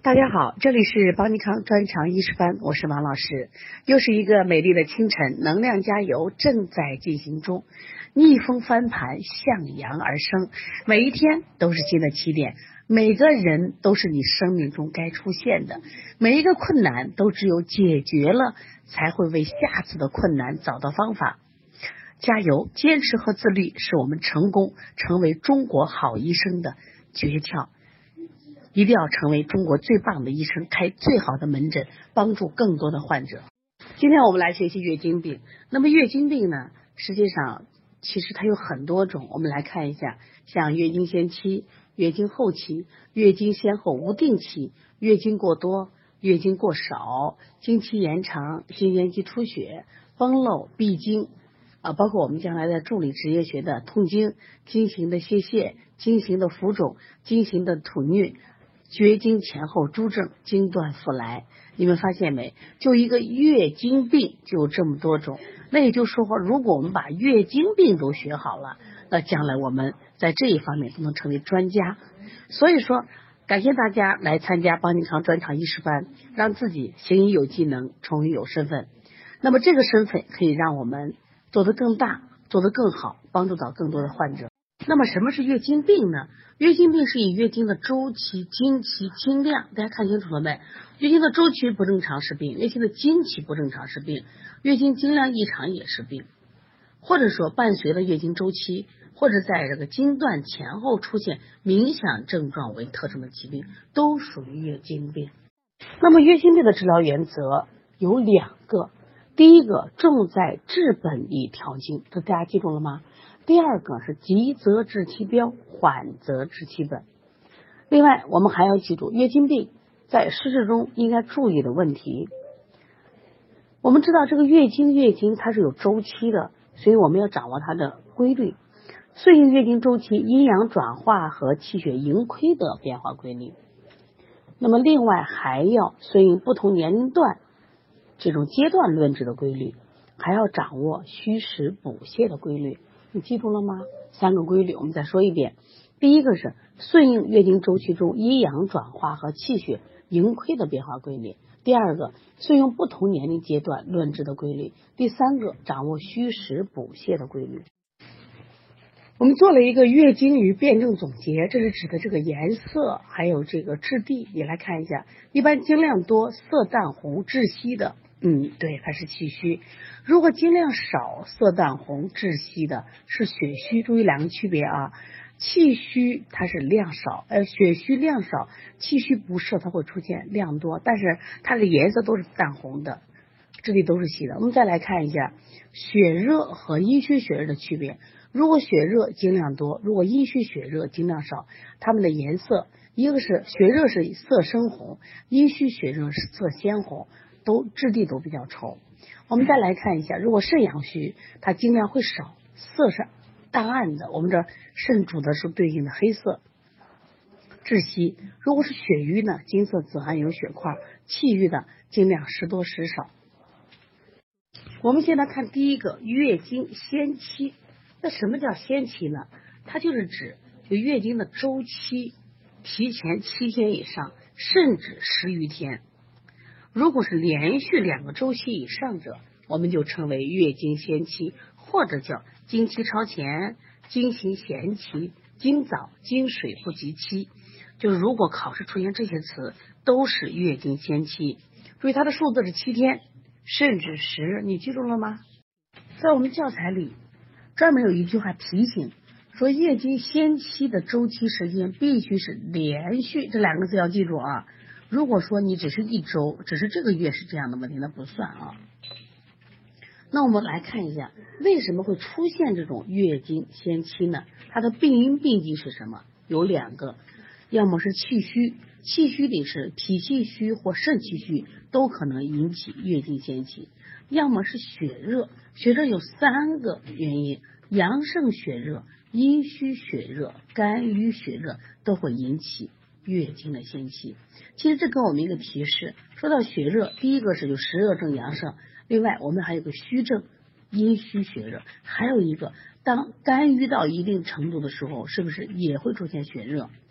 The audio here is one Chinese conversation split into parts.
大家好，这里是邦尼康专长医师班，我是王老师。又是一个美丽的清晨，能量加油正在进行中，逆风翻盘，向阳而生，每一天都是新的起点，每个人都是你生命中该出现的，每一个困难都只有解决了，才会为下次的困难找到方法。加油，坚持和自律是我们成功成为中国好医生的诀窍。一定要成为中国最棒的医生，开最好的门诊，帮助更多的患者。今天我们来学习月经病。那么月经病呢，实际上其实它有很多种，我们来看一下，像月经先期、月经后期、月经先后无定期、月经过多、月经过少、经期延长、新年期出血、崩漏、闭经包括我们将来的助理职业学的痛经、经行的泄泻、经行的浮肿、经行的吐衄、绝经前后诸症、经断复来。你们发现没？就一个月经病就有这么多种。那也就是说，如果我们把月经病都学好了，那将来我们在这一方面都能成为专家。所以说，感谢大家来参加邦尼康专场医师班，让自己行医有技能，从医有身份。那么这个身份可以让我们做得更大，做得更好，帮助到更多的患者。那么什么是月经病呢？月经病是以月经的周期、经期、经量，大家看清楚了没？月经的周期不正常是病，月经的经期不正常是病，月经经量异常也是病，或者说伴随了月经周期，或者在这个经断前后出现明显症状为特征的疾病，都属于月经病。那么月经病的治疗原则有两个，第一个重在治本以调经，这大家记住了吗？第二个是急则治其标，缓则治其本。另外我们还要记住月经病在实质中应该注意的问题。我们知道这个月经它是有周期的，所以我们要掌握它的规律，顺应月经周期阴阳转化和气血盈亏的变化规律。那么另外还要顺应不同年龄段这种阶段论治的规律，还要掌握虚实补泻的规律。你记住了吗？三个规律我们再说一遍。第一个是顺应月经周期中阴阳转化和气血盈亏的变化规律，第二个顺应不同年龄阶段论治的规律，第三个掌握虚实补泻的规律。我们做了一个月经与辩证总结，这是指的这个颜色还有这个质地，你来看一下。一般经量多、色淡红、窒息的，对，它是气虚。如果经量少、色淡红、窒息的是血虚。注意两个区别啊，气虚它是量少，血虚量少，气虚不摄它会出现量多，但是它的颜色都是淡红的，质地都是稀的。我们再来看一下血热和阴虚血热的区别。如果血热经量多，如果阴虚血热经量少，它们的颜色一个是血热是色深红，阴虚血热是色鲜红，质地都比较稠。我们再来看一下，如果肾阳虚，它经量会少，色是淡暗的，我们这肾主的是对应的黑色。窒息，如果是血瘀呢，金色紫暗有血块，气郁的经量时多时少。我们现在看第一个月经先期。那什么叫先期呢？它就是指就月经的周期提前7天以上，甚至10余天。如果是连续2个周期以上者，我们就称为月经先期，或者叫经期超前、经行闲期、经早、经水不及期。就是如果考试出现这些词，都是月经先期。注意它的数字是7天，甚至10，你记住了吗？在我们教材里专门有一句话提醒说，月经先期的周期时间必须是连续，这2个字要记住啊。如果说你只是1周，只是这个月是这样的问题，那不算啊。那我们来看一下为什么会出现这种月经先期呢？它的病因病机是什么？有2个，要么是气虚，气虚里是脾气虚或肾气虚，都可能引起月经先期；要么是血热，血热有3个原因，阳盛血热、阴虚血热、肝郁血热都会引起月经的先期。其实这给我们一个提示，说到血热，第一个是有实热症阳盛，另外我们还有个虚症阴虚血热，还有一个当肝郁到一定程度的时候，是不是也会出现血热？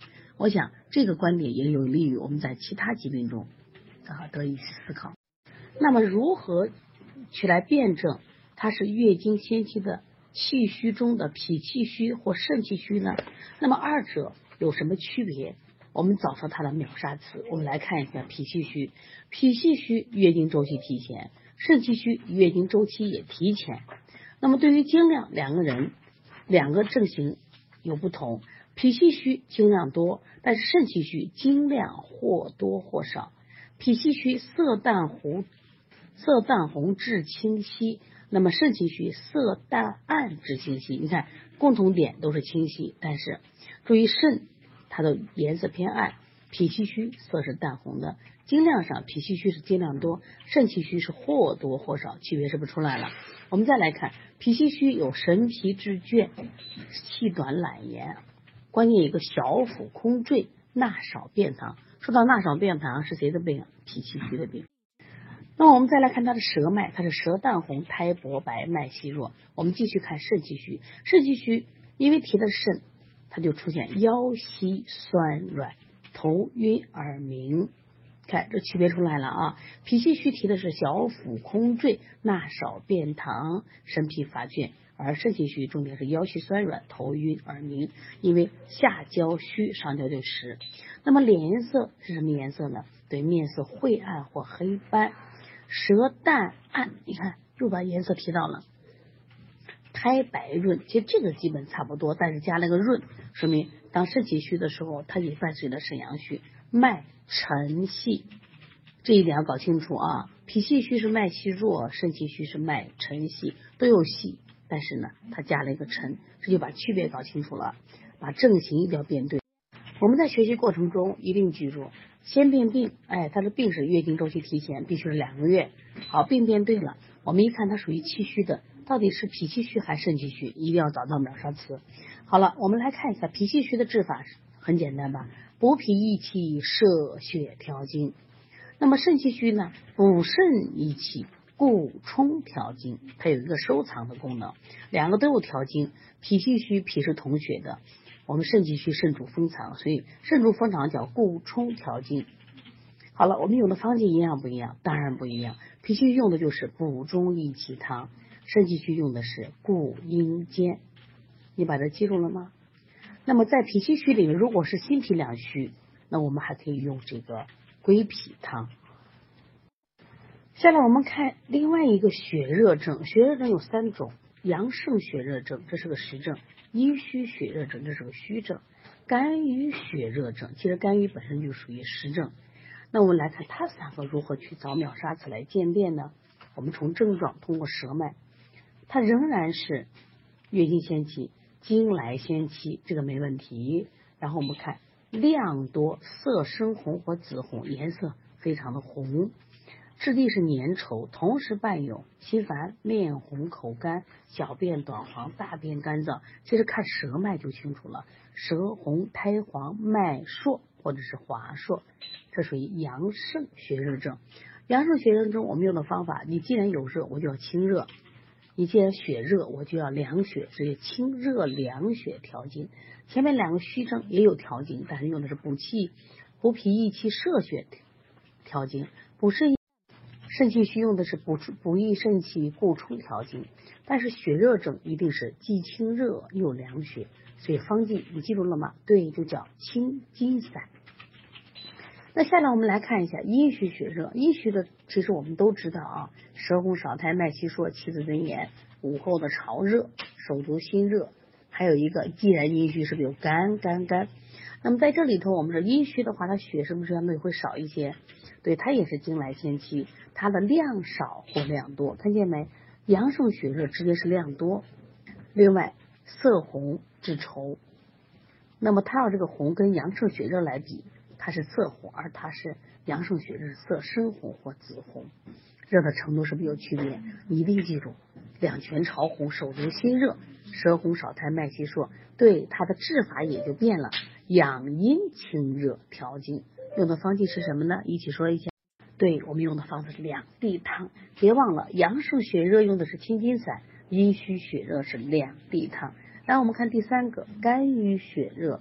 我想这个观点也有利于我们在其他疾病中得以思考。那么如何去来辩证它是月经先期的气虚中的脾气虚或肾气虚呢？那么二者有什么区别？我们找出它的秒杀词，我们来看一下脾气虚。脾气虚月经周期提前，肾气虚月经周期也提前。那么对于经量，两个症型有不同。脾气虚经量多，但是肾气虚经量或多或少。脾气虚色淡红质清晰，那么肾气虚色淡暗质清晰。你看共同点都是清晰，但是注意肾它的颜色偏暗，脾气虚色是淡红的。经量上脾气虚是经量多，肾气虚是或多或少，区别是不是出来了？我们再来看脾气虚有神疲志倦、气短懒言，关键一个小腹空坠、纳少便溏。说到纳少便溏是谁的病？脾气虚的病。那么我们再来看它的舌脉，它是舌淡红，苔薄白，脉细弱。我们继续看肾气虚，肾气虚因为提的肾，它就出现腰膝酸软、头晕耳鸣。看这区别出来了啊！脾气虚提的是小腹空坠、纳少便溏、身疲乏倦，而肾气虚重点是腰膝酸软、头晕耳鸣，因为下焦虚，上焦就实。那么脸颜色是什么颜色呢？对，面色晦暗或黑斑，舌淡暗，你看又把颜色提到了。苔白润，其实这个基本差不多，但是加了个润，说明当肾气虚的时候，它也伴随着肾阳虚。脉沉细，这一点要搞清楚啊！脾气虚是脉细弱，肾气虚是脉沉细，都有细，但是呢，它加了一个沉，这就把区别搞清楚了，把症型一定要辨对。我们在学习过程中一定记住，先辨病，它的病是月经周期提前，必须是2个月。好，病辨对了，我们一看它属于气虚的，到底是脾气虚还是肾气虚，一定要找到秒杀词。好了，我们来看一下脾气虚的治法，很简单吧？补脾益气，摄血调经。那么肾气虚呢？补肾益气，固冲调经，它有一个收藏的功能，两个都有调经。脾气虚，脾是统血的，我们肾气虚，肾主封藏，所以肾主封藏叫固冲调经。好了，我们用的方剂一样不一样？当然不一样。脾气虚用的就是补中益气汤，肾气虚用的是固阴坚。你把这记住了吗？那么在脾气虚里面，如果是心脾两虚，那我们还可以用这个归脾汤。下来我们看另外一个血热症，血热症有3种，阳盛血热症这是个实症，阴虚血热症这是个虚症，肝郁血热症，其实肝郁本身就属于实症。那我们来看它3个如何去找秒杀词来鉴别呢？我们从症状通过舌脉，它仍然是月经先期，经来先期，这个没问题。然后我们看量多，色深红或紫红，颜色非常的红，质地是粘稠，同时伴有心烦、面红、口干、小便短黄、大便干燥。其实看舌脉就清楚了，舌红苔黄，脉数或者是滑数，这属于阳盛血热症。阳盛血热症我们用的方法，你既然有热，我就要清热；你既然血热，我就要凉血，所以清热凉血调经。前面2个虚症也有调经，但是用的是补气、补脾益气、摄血调经。补肾气虚用的是补益肾气、固冲调经。但是血热症一定是既清热又凉血，所以方剂你记住了吗？对，就叫清金散。那下来我们来看一下阴虚血热。阴虚的其实我们都知道啊，舌红少苔、脉细数、气滞增炎，午后的潮热，手足心热，还有一个既然阴虚是不是有干。那么在这里头我们说阴虚的话，它血是不是相对会少一些？对，它也是经来先期，它的量少或量多，看见没？阳盛血热直接是量多。另外色红质稠，那么它要这个红跟阳盛血热来比，它是色红，而它是阳盛血热色深红或紫红，热的程度是不是有区别？你一定记住，两拳潮红，手足心热，舌红少苔，脉细数，对，它的治法也就变了，养阴清热调经。用的方剂是什么呢？一起说一下。对，我们用的方子是2地汤，别忘了阳盛血热用的是清金散，阴虚血热是2地汤。然后我们看第3个肝郁血热，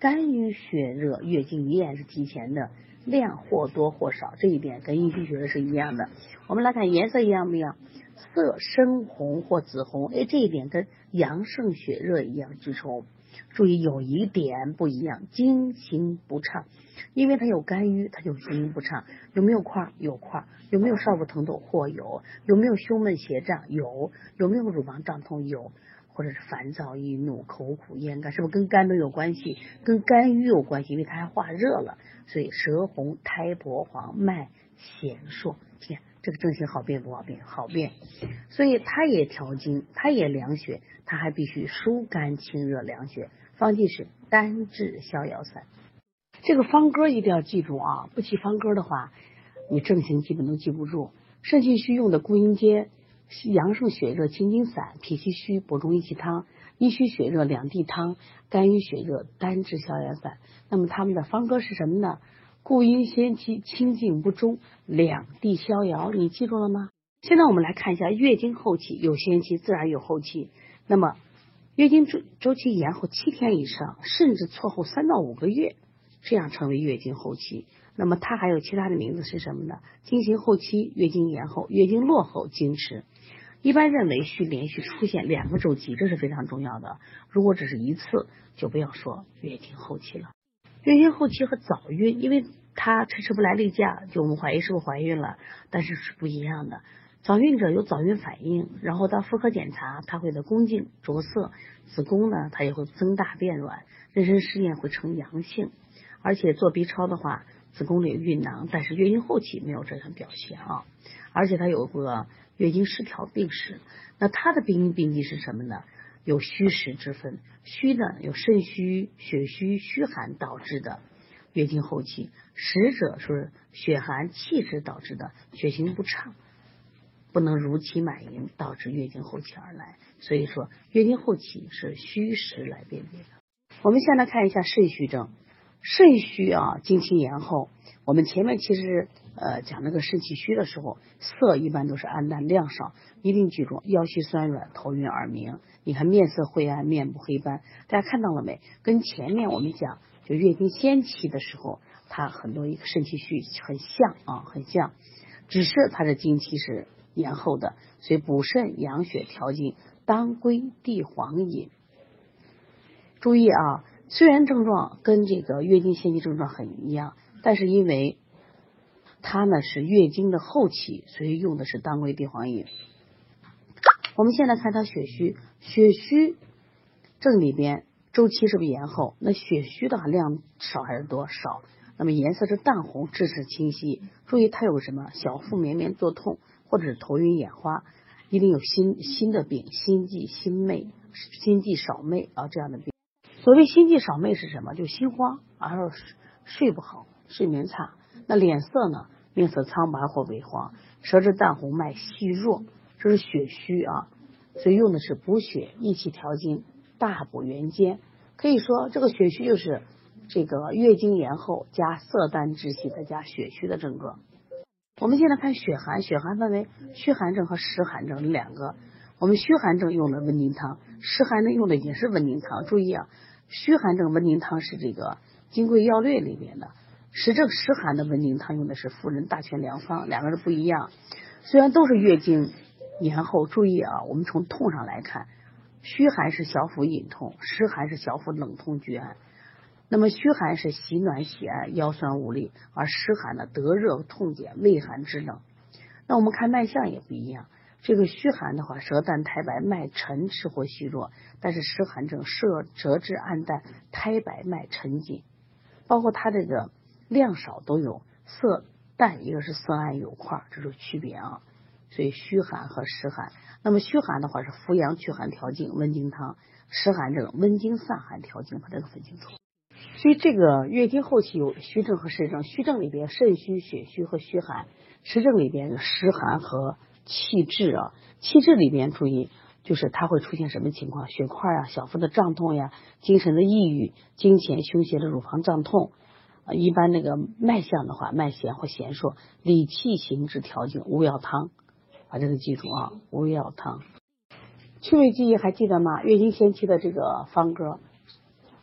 肝郁血热，月经依然是提前的，量或多或少，这一点跟阴虚血热是一样的。我们来看颜色一样不一样，色深红或紫红，这一点跟阳盛血热一样之重。注意有一点不一样，经行不畅，因为它有肝郁，它就经行不畅。有没有块？有块。有没有少腹疼痛？或有。有没有胸闷胁胀？有。有没有乳房胀痛？有。或者是烦躁易怒、口苦咽干，是不是跟肝都有关系？跟肝郁有关系，因为它还化热了，所以舌红、苔薄黄、脉弦数。看这个症型好辨不好辨？好辨。所以它也调经，它也凉血，它还必须疏肝清热凉血。方剂是丹栀逍遥散。这个方歌一定要记住啊，不记方歌的话，你症型基本都记不住。肾气虚用的固阴阶、阳盛血热清经散，脾气虚补中益气汤，阴虚血热两地汤，肝郁血热丹栀逍遥散。那么他们的方歌是什么呢？固阴先期清静不中，两地逍遥，你记住了吗？现在我们来看一下月经后期，有先期自然有后期。那么月经周期延后7天以上，甚至错后3到5个月，这样称为月经后期。那么它还有其他的名字是什么呢？经行后期、月经延后、月经落后、经迟。一般认为需连续出现2个周期，这是非常重要的。如果只是一次，就不要说月经后期了。月经后期和早孕，因为她迟迟不来例假，就我们怀疑是不是怀孕了，但是是不一样的。早孕者有早孕反应，然后到妇科检查，它会的宫颈着色，子宫呢它也会增大变软，妊娠试验会呈阳性，而且做 B 超的话，子宫里有孕囊，但是月经后期没有这样表现啊，而且它有个月经失调病史。那它的病因病机是什么呢？有虚实之分，虚呢有肾虚、血虚、虚寒导致的月经后期，实者是血寒气滞导致的血行不畅，不能如期满盈，导致月经后期而来。所以说月经后期是虚实来辨别的。我们先来看一下肾虚症。肾虚啊，经期延后，我们前面其实讲那个肾气虚的时候，色一般都是暗淡量少，一定记住腰膝酸软、头晕耳鸣，你看面色灰暗、面部黑斑，大家看到了没？跟前面我们讲就月经先期的时候，它很多一个肾气虚很像啊，很像，只是它的经期是延后的，所以补肾养血调经当归地黄饮。注意啊，虽然症状跟这个月经先期症状很一样，但是因为它呢是月经的后期，所以用的是当归地黄饮。我们现在看它血虚，血虚症里边周期是不是延后？那血虚的量少还是多？少。那么颜色是淡红，质是清晰。注意它有什么小腹绵绵作痛，或者是头晕眼花，一定有心的病，心悸心寐、心悸少寐啊这样的病。所谓心悸少寐是什么？就心慌，而睡不好，睡眠差。那脸色呢？面色苍白或萎黄，舌质淡红，脉细弱，这是血虚啊。所以用的是补血益气调经大补元坚。可以说这个血虚就是这个月经延后加色淡窒息再加血虚的症状。我们现在看血寒，血寒分为虚寒症和实寒症2个。我们虚寒症用的温经汤，实寒症用的也是温经汤。注意啊，虚寒症温经汤是这个金匮要略里面的，实寒的温经汤用的是妇人大全良方，2个是不一样。虽然都是月经延后，注意啊，我们从痛上来看，虚寒是小腹隐痛，实寒是小腹冷痛拒按。那么虚寒是喜暖喜按，腰酸无力，而实寒呢得热痛减，畏寒肢冷。那我们看脉象也不一样，这个虚寒的话，舌淡苔白，脉沉迟或虚弱，但是实寒症舌质暗淡，苔白，脉沉紧，包括它这个量少都有，色淡一个是色暗有块，这是区别啊。所以虚寒和实寒，那么虚寒的话是扶阳祛寒调经温经汤，实寒症温经散寒调经，把这个分清楚。所以这个月经后期有虚症和实症，虚症里边肾虚、血虚和虚寒，实症里边有实寒和气滞啊。气滞里边注意就是它会出现什么情况？血块啊、小腹的胀痛呀、精神的抑郁、经前胸胁的乳房胀痛。一般那个脉象的话，脉弦或弦数，理气行滞调经乌药汤，把这个记住啊，乌药汤。趣味记忆还记得吗？月经先期的这个方歌。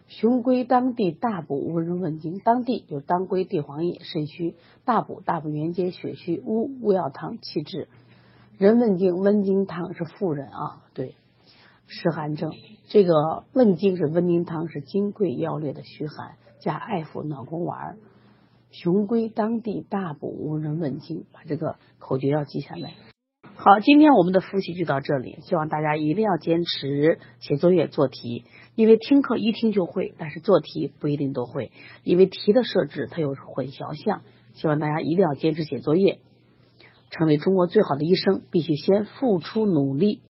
雄归当地，大补无人问津。当地有当归、地黄叶、肾虚。大补元节血虚，乌药汤气滞。人问津，温经汤是妇人啊，对，湿寒症。这个问津是温经汤，是金匮要略的虚寒，加艾附暖宫丸。雄归当地，大补无人问津，把这个口诀要记下来。好，今天我们的复习就到这里，希望大家一定要坚持写作业做题，因为听课一听就会，但是做题不一定都会，因为题的设置它有混淆项，希望大家一定要坚持写作业。成为中国最好的医生，必须先付出努力。